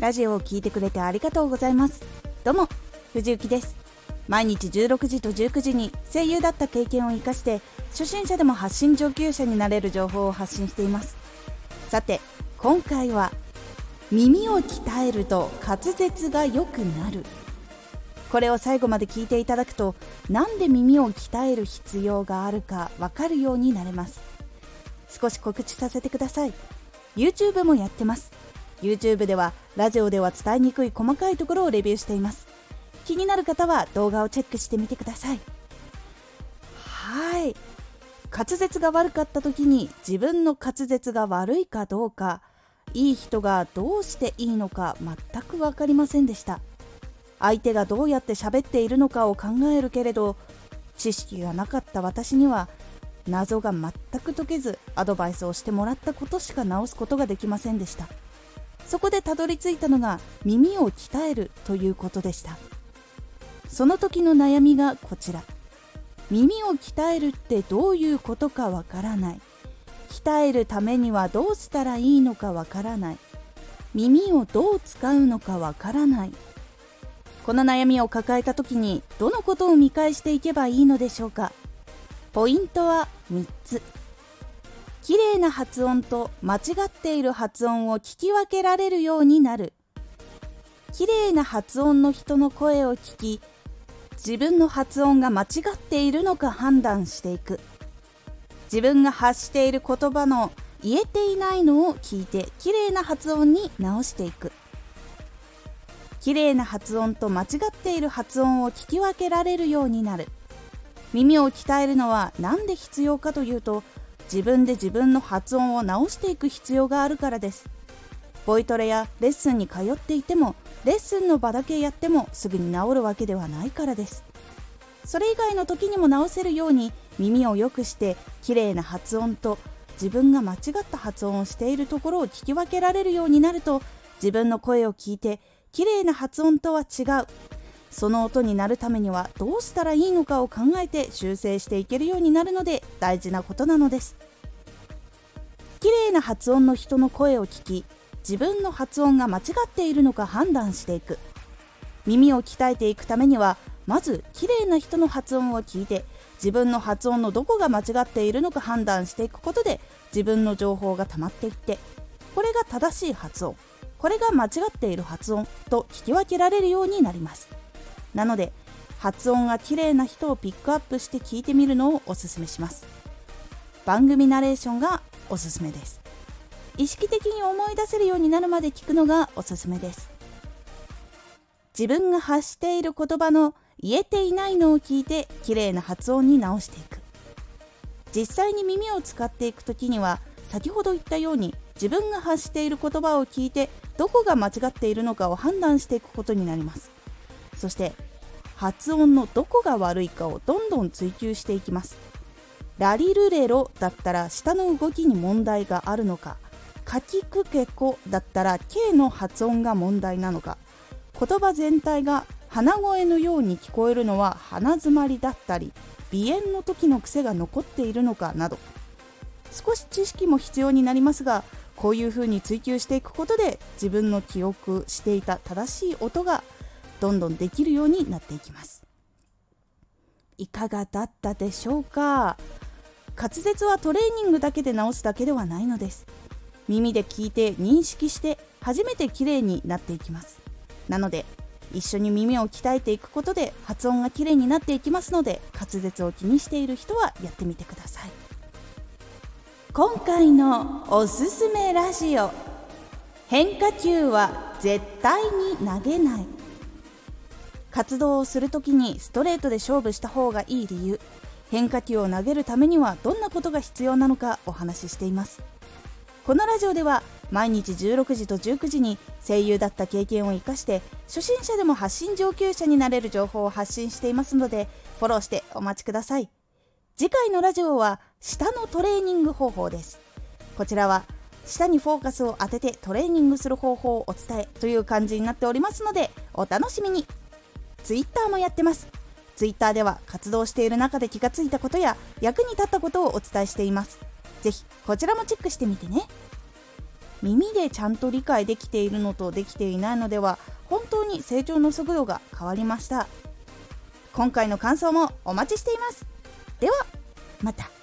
ラジオを聞いてくれてありがとうございます。どうも藤幸です。毎日16時と19時に声優だった経験を生かして初心者でも発信上級者になれる情報を発信しています。さて今回は耳を鍛えると滑舌が良くなる。これを最後まで聞いていただくと、なんで耳を鍛える必要があるか分かるようになれます。少し告知させてください。 YouTube もやってます。 YouTube ではラジオでは伝えにくい細かいところをレビューしています。気になる方は動画をチェックしてみてください。はい、滑舌が悪かった時に自分の滑舌が悪いかどうか、いい人がどうしていいのか全く分かりませんでした。相手がどうやって喋っているのかを考えるけれど、知識がなかった私には謎が全く解けず、アドバイスをしてもらったことしか直すことができませんでした。そこでたどり着いたのが耳を鍛えるということでした。その時の悩みがこちら。耳を鍛えるってどういうことかわからない。鍛えるためにはどうしたらいいのかわからない。耳をどう使うのかわからない。この悩みを抱えた時にどのことを見返していけばいいのでしょうか。ポイントは3つ。綺麗な発音と間違っている発音を聞き分けられるようになる。綺麗な発音の人の声を聞き、自分の発音が間違っているのか判断していく。自分が発している言葉の言えていないのを聞いて綺麗な発音に直していく。綺麗な発音と間違っている発音を聞き分けられるようになる。耳を鍛えるのは何で必要かというと、自分で自分の発音を直していく必要があるからです。ボイトレやレッスンに通っていても、レッスンの場だけやってもすぐに治るわけではないからです。それ以外の時にも直せるように耳を良くして、綺麗な発音と自分が間違った発音をしているところを聞き分けられるようになると、自分の声を聞いて綺麗な発音とは違う、その音になるためにはどうしたらいいのかを考えて修正していけるようになるので大事なことなのです。綺麗な発音の人の声を聞き、自分の発音が間違っているのか判断していく。耳を鍛えていくためには、まず綺麗な人の発音を聞いて、自分の発音のどこが間違っているのか判断していくことで、自分の情報が溜まっていって、これが正しい発音、これが間違っている発音と聞き分けられるようになります。なので発音が綺麗な人をピックアップして聞いてみるのをおすすめします。番組ナレーションがおすすめです。意識的に思い出せるようになるまで聞くのがおすすめです。自分が発している言葉の言えていないのを聞いて綺麗な発音に直していく。実際に耳を使っていくときには、先ほど言ったように自分が発している言葉を聞いてどこが間違っているのかを判断していくことになります。そして発音のどこが悪いかをどんどん追求していきます。ラリルレロだったら下の動きに問題があるのか、カキクケコだったら K の発音が問題なのか、言葉全体が鼻声のように聞こえるのは鼻詰まりだったり、鼻炎の時の癖が残っているのかなど、少し知識も必要になりますが、こういう風に追求していくことで自分の記憶していた正しい音がどんどんできるようになっていきます。いかがだったでしょうか。滑舌はトレーニングだけで直すだけではないのです。耳で聞いて認識して初めてきれいになっていきます。なので一緒に耳を鍛えていくことで発音がきれいになっていきますので、滑舌を気にしている人はやってみてください。今回のおすすめラジオ、変化球は絶対に投げない。活動をするときにストレートで勝負した方がいい理由、変化球を投げるためにはどんなことが必要なのかお話ししています。このラジオでは毎日16時と19時に声優だった経験を生かして初心者でも発信上級者になれる情報を発信していますので、フォローしてお待ちください。次回のラジオは舌のトレーニング方法です。こちらは舌にフォーカスを当ててトレーニングする方法をお伝えという感じになっておりますので、お楽しみに。ツイッターもやってます。ツイッターでは活動している中で気がついたことや役に立ったことをお伝えしています。ぜひこちらもチェックしてみてね。 耳でちゃんと理解できているのとできていないのでは本当に成長の速度が変わりました。今回の感想もお待ちしています。ではまた。